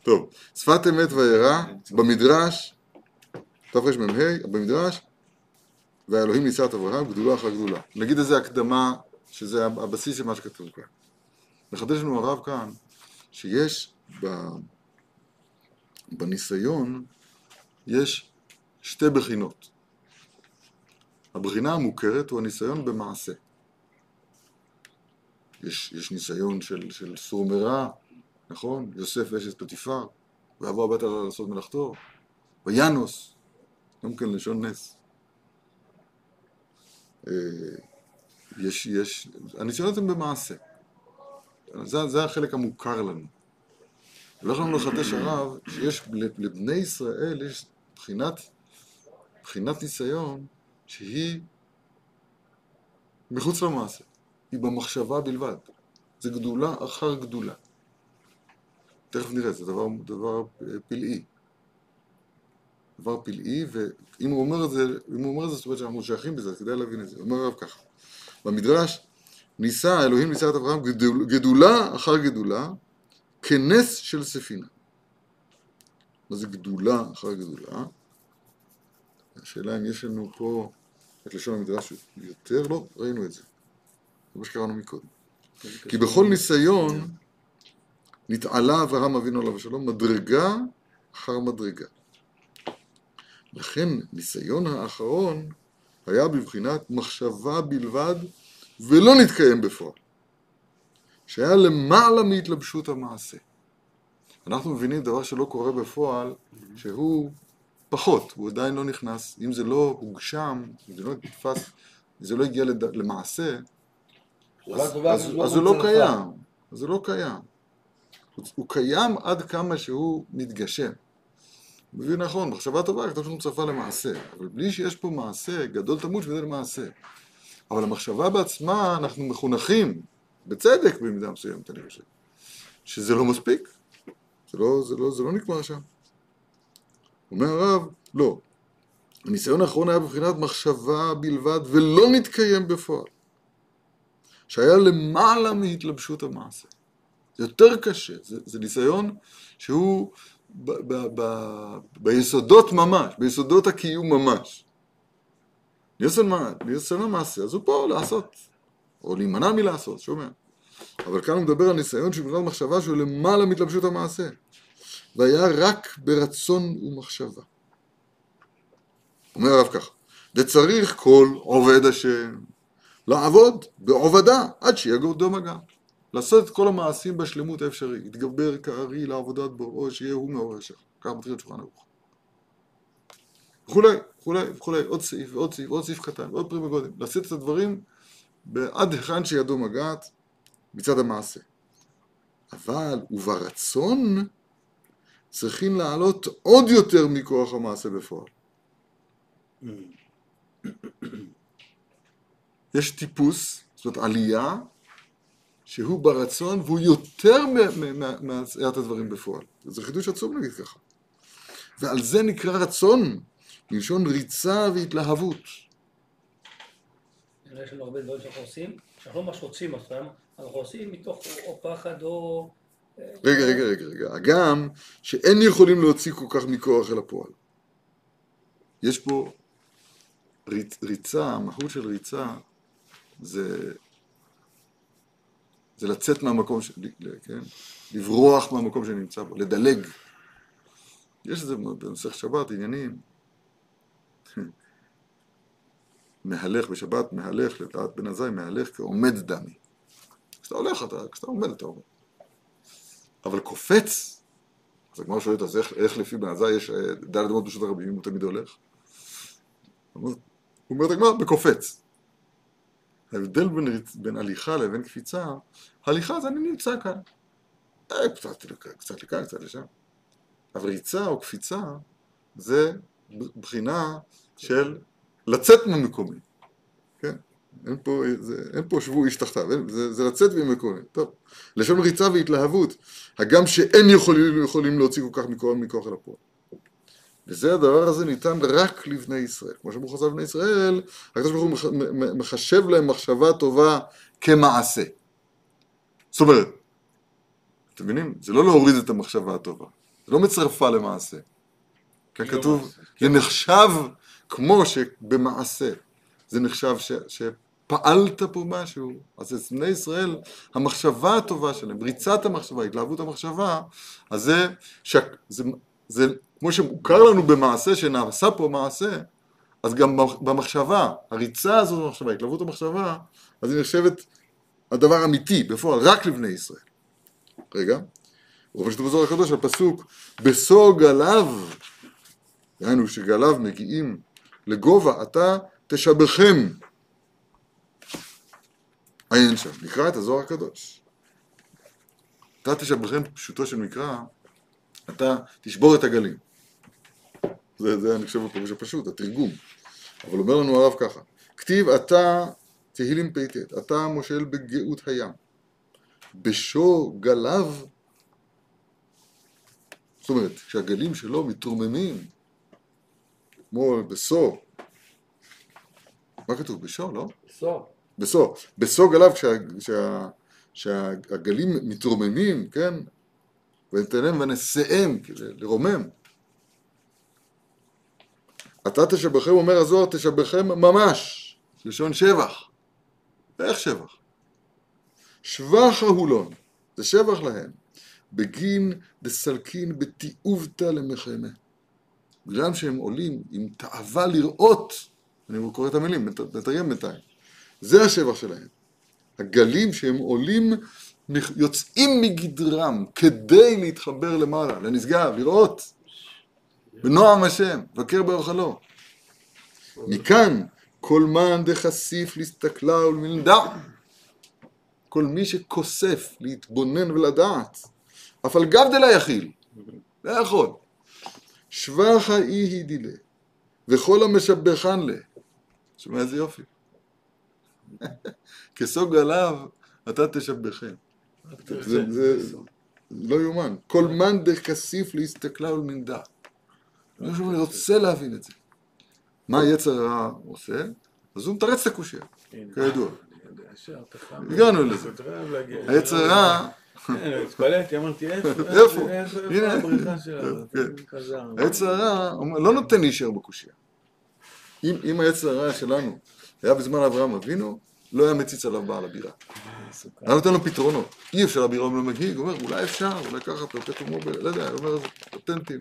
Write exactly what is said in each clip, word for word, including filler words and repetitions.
טוב, שפת אמת וירא, במדרש, תרמ"ה, במדרש, והאלוהים ניסה את אברהם, גדולה אחר גדולה. נגיד איזה הקדמה, שזה הבסיס של מה שכתוב כאן. מחדש לנו הרב כאן, שיש ב... בניסיון, יש שתי בחינות. הבחינה המוכרת הוא הניסיון במעשה. יש, יש ניסיון של, של סור מרע, נכון? יוסף אשת פוטיפר, ועבור הביתה לעשות מלאכתו, וינוס, גם כן לשון נס. יש, יש, הניסיונות הם במעשה. זה, זה החלק המוכר לנו. ולא יכולנו לחדש הרב שיש לבני ישראל יש בחינת, בחינת ניסיון שהיא מחוץ למעשה. היא במחשבה בלבד. זה גדולה אחר גדולה. תכף נראה, זה דבר, דבר פלאי. דבר פלאי, ואם הוא אומר את זה, אם הוא אומר את זה, זאת אומרת שאנחנו שייכים בזה, כדאי להבין את זה. הוא אומר הרב ככה. במדרש, ניסה, האלוהים ניסה את אברהם גדול, גדולה אחר גדולה, כנס של ספינה. מה זה גדולה אחר גדולה? השאלה אם יש לנו פה את לשון המדרש יותר, לא, ראינו את זה. זה מה שקראנו מקודם. כי בכל ניסיון נתעלה אברהם אבינו עליו השלום מדרגה אחר מדרגה. לכן ניסיון האחרון היה בבחינת מחשבה בלבד ולא נתקיים בפועל. שהיה למעלה מהתלבשות המעשה. אנחנו מבינים דבר שלא קורה בפועל, שהוא פחות, הוא עדיין לא נכנס. אם זה לא הוגשם, אם זה לא נתפס, אם זה לא הגיע למעשה, אז, אז, אז הוא לא קיים. אז זה לא קיים. הוא, הוא קיים עד כמה שהוא מתגשם. מבין נכון, מחשבה טובה, כתוב שאנחנו צפה למעשה. אבל בלי שיש פה מעשה, גדול תמות וזה למעשה. אבל המחשבה בעצמה, אנחנו מחונכים, בצדק במידה מסוימת, אני חושב, שזה לא מספיק. זה לא, זה לא, זה לא נגמר שם. אומר הרב, לא. הניסיון האחרון היה בבחינת מחשבה בלבד ולא נתקיים בפועל. שהיה למעלה מהתלבשות המעשה. זה יותר קשה. זה, זה ניסיון שהוא ב, ב, ב, ביסודות ממש, ביסודות הקיום ממש. ניסיון המעשה, אז הוא פה לעשות, או להימנע מלעשות, שומע. אבל כאן הוא מדבר על ניסיון שהוא בגלל מחשבה שהוא למעלה מתלבשות המעשה. והיה רק ברצון ומחשבה. אומר הרב ככה, וצריך כל עובד השם לעבוד בעובדה עד שיגור דום מגע. לעשות את כל המעשים בשלמות האפשרי. יתגבר כארי לעבודת בוראו שיהיה הוא מאור השם. כך מתחיל את שולחן ערוך. וכולי, וכולי, וכולי. עוד סעיף, עוד סעיף, עוד סעיף קטן, עוד פרי מגודים. לעשות את הדברים עד היכן שידו מגעת מצד המעשה. אבל וברצון צריכים לעלות עוד יותר מכוח המעשה בפועל. יש טיפוס, זאת אומרת עלייה, שהוא ברצון והוא יותר מעשיית הדברים בפועל. זה חידוש עצום נגיד ככה. ועל זה נקרא רצון, מלשון ריצה והתלהבות. יש לנו הרבה דברים שאנחנו עושים, שאנחנו לא ממש רוצים אותם, אנחנו עושים מתוך או פחד או... רגע, רגע, רגע, רגע. גם שאין יכולים להוציא כל כך מכוח אל הפועל. יש פה ריצ, ריצה, המהות של ריצה, זה, זה לצאת מהמקום, ש, כן? לברוח מהמקום שנמצא בו, לדלג. יש איזה במסכת שבת, עניינים. מהלך בשבת, מהלך, לדעת בן עזאי, מהלך כעומד דמי. כשאתה הולך, אתה, כשאתה עומד, אתה עומד. אבל קופץ, אז הגמרא שואלת, אז איך, איך לפי בן עזאי יש ד' אמות ברשות הרבים, אם הוא תמיד הולך? הוא אומר את הגמרא, בקופץ. ההבדל בין, בין הליכה לבין קפיצה, הליכה זה אני נמצא כאן. אה, קצת, קצת לכאן, קצת לשם. אבל ריצה או קפיצה, זה בחינה של לצאת ממקומי. כן? אין פה, זה, אין פה שבו איש תחתיו, זה, זה לצאת ממקומי. טוב, לשון ריצה והתלהבות, הגם שאין יכולים, יכולים להוציא כל כך מכוח, מכוח אל הפועל. וזה הדבר הזה ניתן רק לבני ישראל. כמו שאמרו חז"ל בני ישראל, הקדוש ברוך הוא מחשב להם מחשבה טובה כמעשה. זאת אומרת, אתם מבינים? זה לא להוריד את המחשבה הטובה. זה לא מצרפה למעשה. כאן כתוב, זה נחשב כמו שבמעשה, זה נחשב ש, שפעלת פה משהו. אז את בני ישראל, המחשבה הטובה שלהם, בריצת המחשבה, התלהבות המחשבה, אז זה, ש, זה, זה כמו שמוכר לנו במעשה, שנעשה פה מעשה, אז גם במחשבה, הריצה הזאת במחשבה, התלהבות המחשבה, אז היא נחשבת הדבר אמיתי, בפועל, רק לבני ישראל. רגע, הוא פשוט בזוהר הקדוש, הפסוק, בסוג גליו, יענו שגליו מגיעים לגובה, אתה תשבחם. עיין שם, נקרא את הזוהר הקדוש. אתה תשבחם, פשוטו של מקרא, אתה תשבור את הגלים. זה, זה אני חושב בפירוש הפשוט, התרגום. אבל אומר לנו הרב ככה, כתיב אתה תהילים פ"ט, אתה מושל בגאות הים, בשו גליו, זאת אומרת, כשהגלים שלו מתרוממים, כמו בסו, מה כתוב? בשו, לא? בסו. בסו, בסו גליו, כשה, כשה, כשהגלים מתרוממים, כן? ונתנם ונשאם, לרומם. אתה תשבחם, אומר הזוהר, תשבחם ממש, לשון שבח. איך שבח? שבח ההולון, זה שבח להם, בגין דסלקין בתיעובתא למחיימה. בגלל שהם עולים עם תאווה לראות, אני קורא את המילים, נתרגם בינתיים, זה השבח שלהם. הגלים שהם עולים, יוצאים מגדרם כדי להתחבר למעלה, לנשגב, לראות, בנועם השם, בקר באוכלו. מכאן, כל מאן דחשיף להסתכלה ולמלדע, כל מי שכוסף להתבונן ולדעת, אף על גב דלה יכיל, לא יכול. שבח האי היא דילה, וכל המשבחן לה. שומע איזה יופי. כסוג עליו, אתה תשבחם. זה, זה לא יומן. כל מאן דחשיף להסתכלה ולמלדע. אני רוצה להבין את זה. מה היצר הרע עושה? אז הוא מתרץ את הקושיה, כידוע. הגענו לזה. היצר הרע... התפלאתי, אמרתי, איפה? איפה? איפה הבריחה שלנו? היצר הרע לא נותן להישאר בקושיה. אם היצר הרע שלנו היה בזמן אברהם אבינו, לא היה מציץ עליו בעל הבירה. היה נותן לו פתרונות. אי אפשר הבירה לא מגיע, הוא אומר, אולי אפשר, אולי ככה, פרפטום מוביל, לא יודע, הוא אומר, זה פטנטים.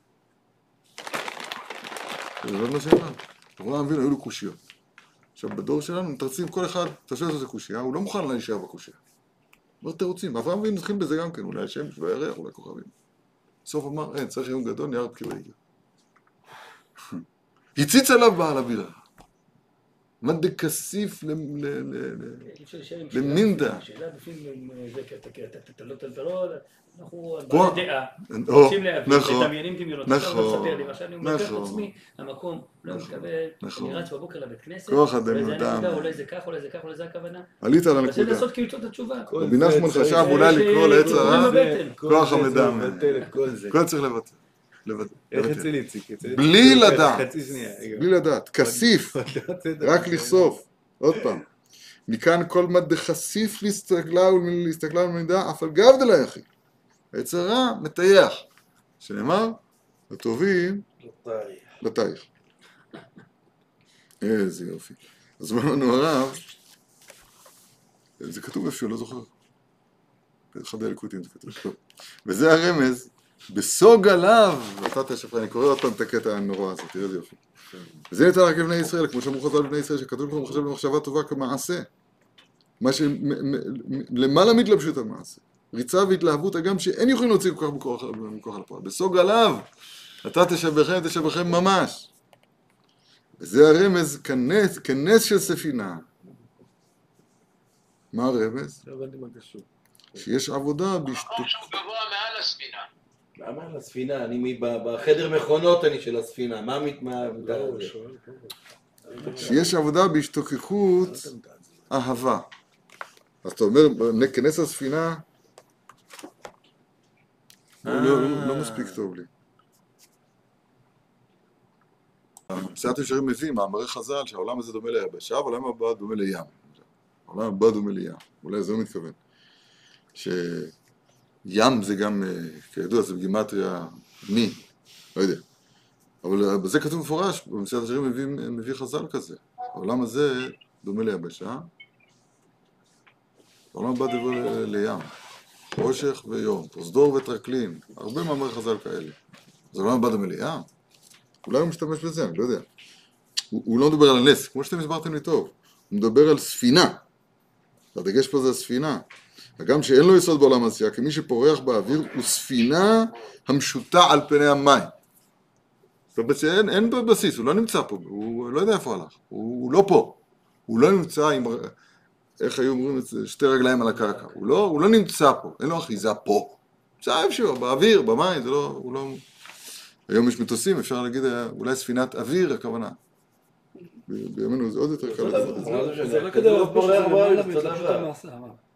זה לא מה שאמר. אברהם אבינו היו לו קושיות. עכשיו, בדור שלנו מתרצים כל אחד, תשאל איזה קושייה, הוא לא מוכן להישאר בקושייה. לא תירוצים, אברהם אבינו נתחיל בזה גם כן, אולי השמש והירח, אולי כוכבים. בסוף אמר, אין, צריך יום גדול, נייר בקיר ויגר. הציץ עליו בעל הבירה. מה דקסיף למינדה. שאלה בפנים, אתה לא תלתלו, אנחנו בעלי דעה, רוצים להבין, מדמיינים דמיונות, אתה לא מספר לי, ועכשיו אני אומר את עצמי, המקום לא מתקבל, אני רץ בבוקר לבית כנסת, אולי זה כך, אולי זה כך, אולי זה הכוונה. עלית על הנקודה. רוצה לעשות כאילו את התשובה. רבי נחמן חשב אולי לקרוא לעץ הרע, כוח המדמה. כל צריך לבטל. איך אצל איציק? בלי לדעת, בלי לדעת, כסיף, רק לחשוף, עוד פעם. מכאן כל מה דחשיף להסתכלה ולהסתכלה ולמידע, אף על גב דלה יכיל. העץ הרע מטייח, שנאמר, לטובים לטייח. איזה יופי. אז מה לנו הרב, זה כתוב איפשהו, לא זוכר. באחד הליקוטים זה כתוב. טוב. וזה הרמז, בסוג עליו, ואתה תשפר, אני קורא עוד פעם את הקטע הנורא הזה, תראה איזה יופי. וזה ניתן רק לבני ישראל, כמו שאמרו חז"ל לבני ישראל, שכתוב לכם מחשב במחשבה טובה כמעשה. מה שלמעלה מתלבשות המעשה. ריצה והתלהבות הגם שאין יכולים להוציא כל כך מכוח על הפועל. בסוג עליו, אתה תשבחם, תשבחם ממש. וזה הרמז כנס, כנס של ספינה. מה הרמז? לא הבנתי מה קשור. שיש עבודה בשתוק. אמר שהוא גבוה מעל הספינה. למה על הספינה? אני בחדר מכונות אני של הספינה. מה מתמודד על זה? שיש עבודה בהשתוקקות אהבה. אז אתה אומר, כנס הספינה, לא מספיק טוב לי. פסיעת ישרים מביא, מאמרי חז"ל, שהעולם הזה דומה ליבשה, והעולם הבא דומה לים. העולם הבא דומה לים. אולי זה לא מתכוון. ים זה גם, כידוע, זה בגימטריה מי, לא יודע. אבל בזה כתוב מפורש, במציאת השירים מביא, מביא חז"ל כזה. העולם הזה דומה ליבשה, העולם הבא דבו לים, חושך ויום, פרוזדור וטרקלין, הרבה מאמרי חז"ל כאלה. אז העולם הבא דומה לים, אולי הוא משתמש בזה, אני לא יודע. הוא, הוא לא מדבר על הנס, כמו שאתם הסברתם לי טוב, הוא מדבר על ספינה. הדגש פה זה הספינה. הגם שאין לו יסוד בעולם העשייה, כי מי שפורח באוויר הוא ספינה המשוטה על פני המים. זאת אומרת, אין בבסיס, הוא לא נמצא פה, הוא לא יודע איפה הלך, הוא, הוא לא פה. הוא לא נמצא עם, איך היו אומרים את זה, שתי רגליים על הקרקע. הוא לא, הוא לא נמצא פה, אין לו אחיזה פה. נמצא איפשהו, באוויר, במים, זה לא, הוא לא... היום יש מטוסים, אפשר להגיד, אולי ספינת אוויר, הכוונה. בימינו זה עוד יותר קל לעשות את זה. זה רק כדי לפורח בעולם, זה פשוט המעשה.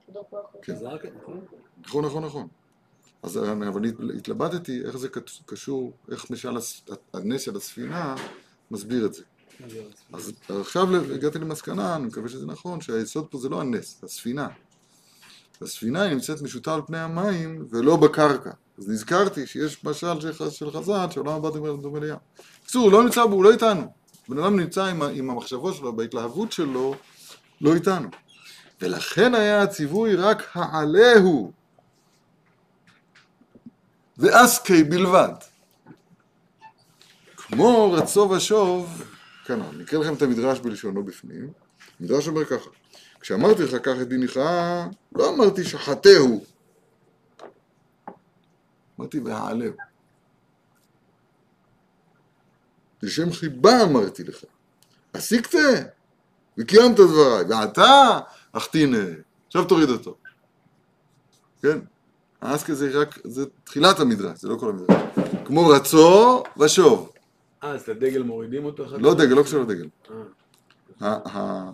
נכון, נכון, נכון. אז אבל התלבטתי איך זה קשור, איך משל הנס של הספינה מסביר את זה. אז עכשיו הגעתי למסקנה, אני מקווה שזה נכון, שהיסוד פה זה לא הנס, זה הספינה. הספינה היא נמצאת משוטה על פני המים ולא בקרקע. אז נזכרתי שיש משל של חז"ל, שעולם הבא דומה לים. בקיצור, הוא לא נמצא בו, הוא לא איתנו. בן אדם נמצא עם, עם המחשבות שלו, בהתלהבות שלו, לא איתנו. ולכן היה הציווי רק העלהו. ואסקי בלבד. כמו רצו ושוב, כאן, אני אקרא לכם את המדרש בלשונו בפנים. המדרש אומר ככה, כשאמרתי לך כך את דינך, לא אמרתי שחטהו. אמרתי והעלהו. לשם חיבה אמרתי לך. עסיקת וקיימת דבריי, ואתה אחתינה. עכשיו תוריד אותו. כן? האסקי זה רק, זה תחילת המדרש, זה לא כל המדרש. כמו רצו ושוב. אה, אז את הדגל מורידים אותו? לא דגל, לא קשור לדגל. אה.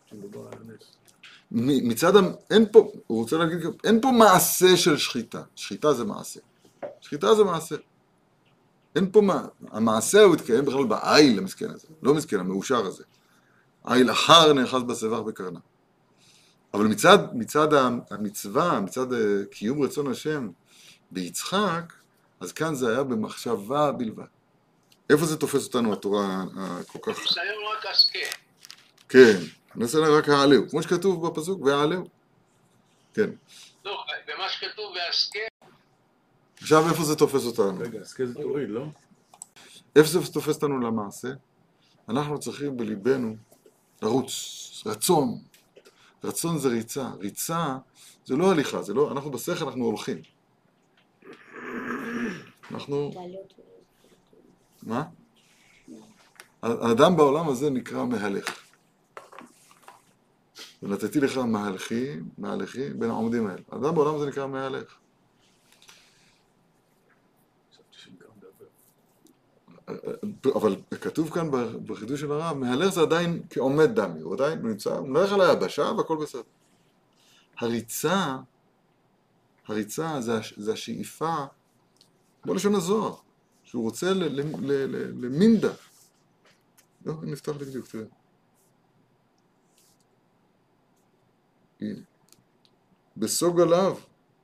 מצד, אין פה, הוא רוצה להגיד, אין פה מעשה של שחיטה. שחיטה זה מעשה. שחיטה זה מעשה. אין פה מה, המעשה הוא התקיים בכלל בעיל המסכן הזה, לא מסכן, המאושר הזה. עיל אחר נאחז בסבך בקרנה. אבל מצד, מצד המצווה, מצד קיום רצון השם ביצחק, אז כאן זה היה במחשבה בלבד. איפה זה תופס אותנו התורה כל כך... ניסיון רק עסקה. כן, ניסיון רק העלהו, כמו שכתוב בפסוק, והעלהו. כן. לא, במה שכתוב ועסקה. עכשיו איפה זה תופס אותנו? רגע, עסקה זה תוריד, לא? איפה זה תופס אותנו למעשה? אנחנו צריכים בליבנו לרוץ, רצון. רצון זה ריצה. ריצה זה לא הליכה, זה לא, אנחנו בשכל אנחנו הולכים. אנחנו... מה? האדם בעולם הזה נקרא מהלך. ונתתי לך מהלכי, מהלכי בין העומדים האלה. האדם בעולם הזה נקרא מהלך. אבל כתוב כאן בחידוש של הרב, מהלך זה עדיין כעומד דמי, הוא עדיין נמצא, הוא מלך על היבשה והכל בסדר. הריצה, הריצה זה, זה השאיפה, בוא לשון הזוהר, שהוא רוצה ל, ל, ל, ל, למינדה. לא, אני נפתח בדיוק, תראה. הנה. בסוג עליו,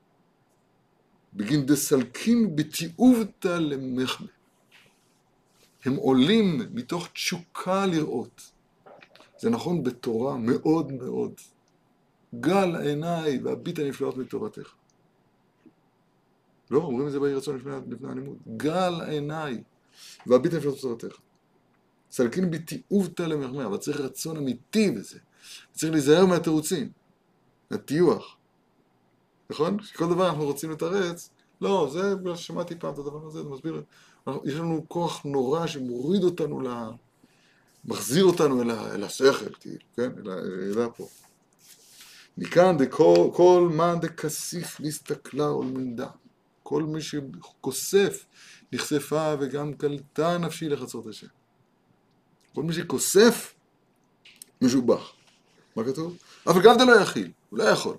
בגין דסלקין בתיעובתא למחמא. הם עולים מתוך תשוקה לראות. זה נכון בתורה מאוד מאוד. גל עיניי והביט הנפלאות מתורתך. לא, אומרים את זה ביהי רצון לפני, לפני הלימוד. גל עיניי והביט הנפלאות מתורתך. סלקין בתיעובתא למחמא, אבל צריך רצון אמיתי בזה. צריך להיזהר מהתירוצים, מהטיוח. נכון? שכל דבר אנחנו רוצים לתרץ, לא, זה, שמעתי פעם את הדבר הזה, זה מסביר, יש לנו כוח נורא שמוריד אותנו, לה, מחזיר אותנו אל, אל השכל, כאילו, כן? אל הידע פה. מכאן דכל, כל מה דכסיף להסתכלה או למנדה. כל מי שכוסף נחשפה וגם קלטה נפשי לחצות השם. כל מי שכוסף משובח. מה כתוב? אבל גם זה לא יכיל, הוא לא יכול.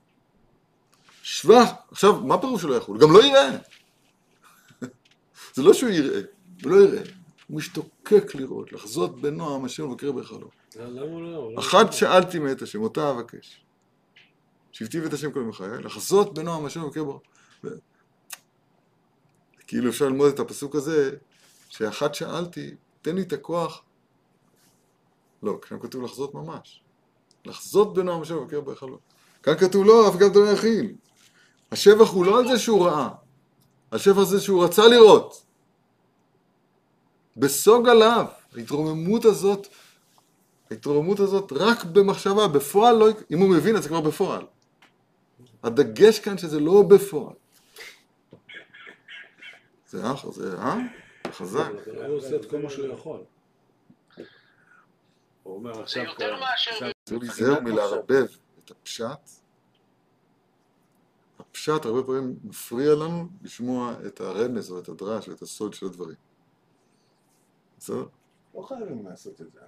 שבח, עכשיו, מה פירוש שלא יכול? הוא גם לא יראה. זה לא שהוא יראה, הוא לא יראה. הוא משתוקק לראות, לחזות בנועם השם ובקרב בחלום. למה הוא לא? אחת שאלתי מאת השם, אותה אבקש. שבתי ואת השם כל מחיי, לחזות בנועם השם ובקרב בחלום. כאילו אפשר ללמוד את הפסוק הזה, שאחת שאלתי, תן לי את הכוח. לא, כאן כתוב לחזות ממש. לחזות בנועם השם ובקר בהיכלו. כאן כתוב לא, אף גם לא יכיל. השבח הוא לא על זה שהוא ראה, השבח זה שהוא רצה לראות. בסוג עליו, ההתרוממות הזאת, ההתרוממות הזאת רק במחשבה, בפועל לא, אם הוא מבין, אז זה כבר בפועל. הדגש כאן שזה לא בפועל. זה אח, זה אה? חזק. הוא עושה את כל מה שהוא יכול. הוא אומר עכשיו... זה יותר מאשר... צריך להיזהר מלערבב את הפשט. הפשט הרבה פעמים מפריע לנו לשמוע את הרמז או את הדרש או את הסוד של הדברים. בסדר? לא חייבים לעשות את זה.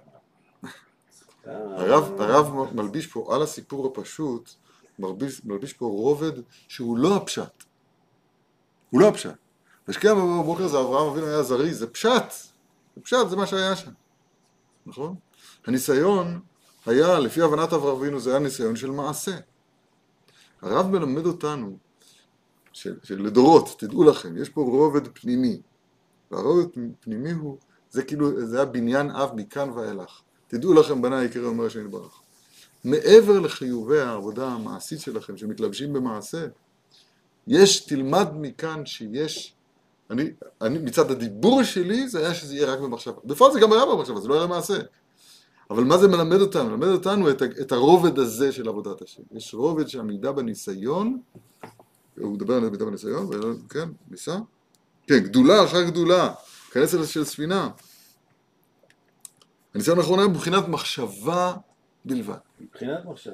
הרב, הרב מלביש פה על הסיפור הפשוט, מלביש, מלביש פה רובד שהוא לא הפשט. הוא לא הפשט. ושכם בבוקר זה אברהם אבינו היה זריז, זה פשט. זה פשט, זה מה שהיה שם. נכון? הניסיון היה, לפי הבנת אברהם אבינו, זה היה ניסיון של מעשה. הרב מלמד אותנו, של, של לדורות, תדעו לכם, יש פה רובד פנימי. והרובד פנימי הוא, זה כאילו, זה היה בניין אב מכאן ואילך. תדעו לכם בני יקרה אומר השם יתברך. מעבר לחיובי העבודה המעשית שלכם שמתלבשים במעשה, יש, תלמד מכאן שיש, אני, אני, מצד הדיבור שלי זה היה שזה יהיה רק במחשבה. בפועל זה גם היה במחשבה, זה לא היה מעשה. אבל מה זה מלמד אותנו? מלמד אותנו את, את הרובד הזה של עבודת השם. יש רובד שהמידה בניסיון, הוא מדבר על המידה בניסיון, כן, ניסה? כן, גדולה אחר גדולה, כנס אל של ספינה. הניסיון האחרון היה מבחינת מחשבה בלבד. מבחינת מחשבה.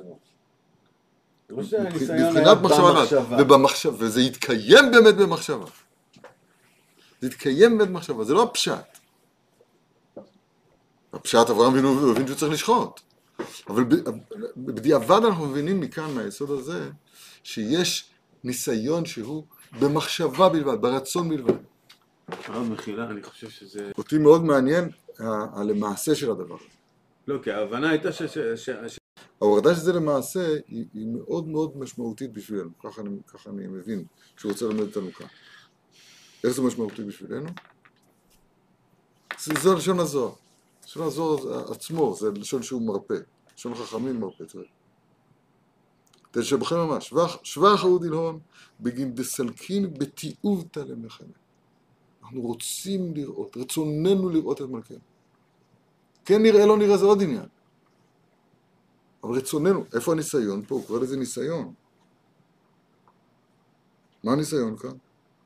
מבחינת מחשבה, ובמחשבה, וזה יתקיים באמת במחשבה. זה יתקיים באמת במחשבה, זה לא הפשט. הפשט אברהם אבינו הבין שהוא צריך לשחוט. אבל בדיעבד אנחנו מבינים מכאן, מהיסוד הזה, שיש ניסיון שהוא במחשבה בלבד, ברצון בלבד. הרב מחילה, אני חושב שזה... אותי מאוד מעניין הלמעשה של הדבר. לא, כי ההבנה הייתה ש... ההורדה של זה למעשה היא, היא מאוד מאוד משמעותית בשבילנו, ככה אני, ככה אני מבין, שהוא רוצה ללמד אותנו כאן. איך זה משמעותי בשבילנו? זה, זה לשון הזוהר. לשון הזוהר עצמו, זה לשון שהוא מרפא. לשון חכמים מרפא, תראה. תשבחם ממש, שבח אהוד אילהון, בגין דסלקין בתיעובתא למחנה. אנחנו רוצים לראות, רצוננו לראות את מלכנו. כן נראה, לא נראה, זה עוד עניין. אבל רצוננו, איפה הניסיון פה? הוא קורא לזה ניסיון. מה הניסיון כאן?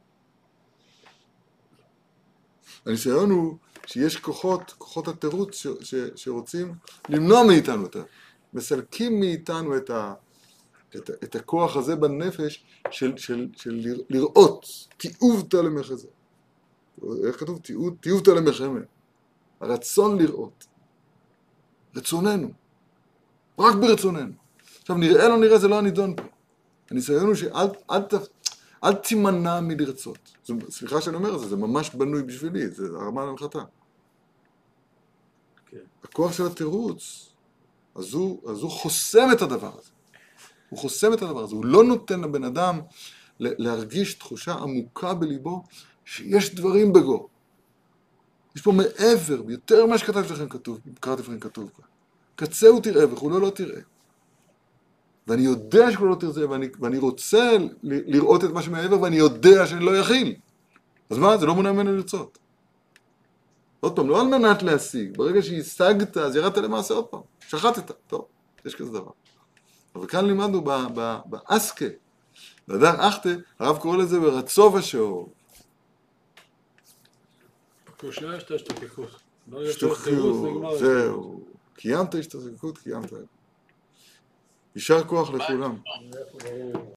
הניסיון הוא שיש כוחות, כוחות התירוץ ש, ש, שרוצים למנוע מאיתנו אותה. מסלקים מאיתנו את, ה, את, את הכוח הזה בנפש של, של, של לראות, תיעובתא למחזה. איך כתוב? תיעובתא למחמה. הרצון לראות. רצוננו. רק ברצוננו. עכשיו נראה לא נראה זה לא הנידון פה. הניסיון הוא שאל אל, אל תימנע מלרצות. סליחה שאני אומר את זה, זה ממש בנוי בשבילי, זה הרמה להנחתה. Okay. הכוח של התירוץ, אז הוא, אז הוא חוסם את הדבר הזה. הוא חוסם את הדבר הזה, הוא לא נותן לבן אדם להרגיש תחושה עמוקה בליבו שיש דברים בגו. יש פה מעבר, יותר ממה שכתבתי לכם כתוב, קראתי לכם כתוב כאן. קצהו תראה וכולו לא תראה. ואני יודע שכולו לא תראה, ואני, ואני רוצה ל, לראות את מה שמעבר, ואני יודע שאני לא יכיל. אז מה? זה לא מונע ממנו לרצות. עוד פעם, לא על מנת להשיג. ברגע שהשגת, אז ירדת למעשה עוד פעם. שחטת. טוב, יש כזה דבר. אבל כאן לימדנו באסקה. לדר אחתה, הרב קורא לזה ברצו ושאור. קושיה יש את השתוקקות. השתוקקות, זהו. קיימת השתוקקות, קיימת. יישר כוח לכולם.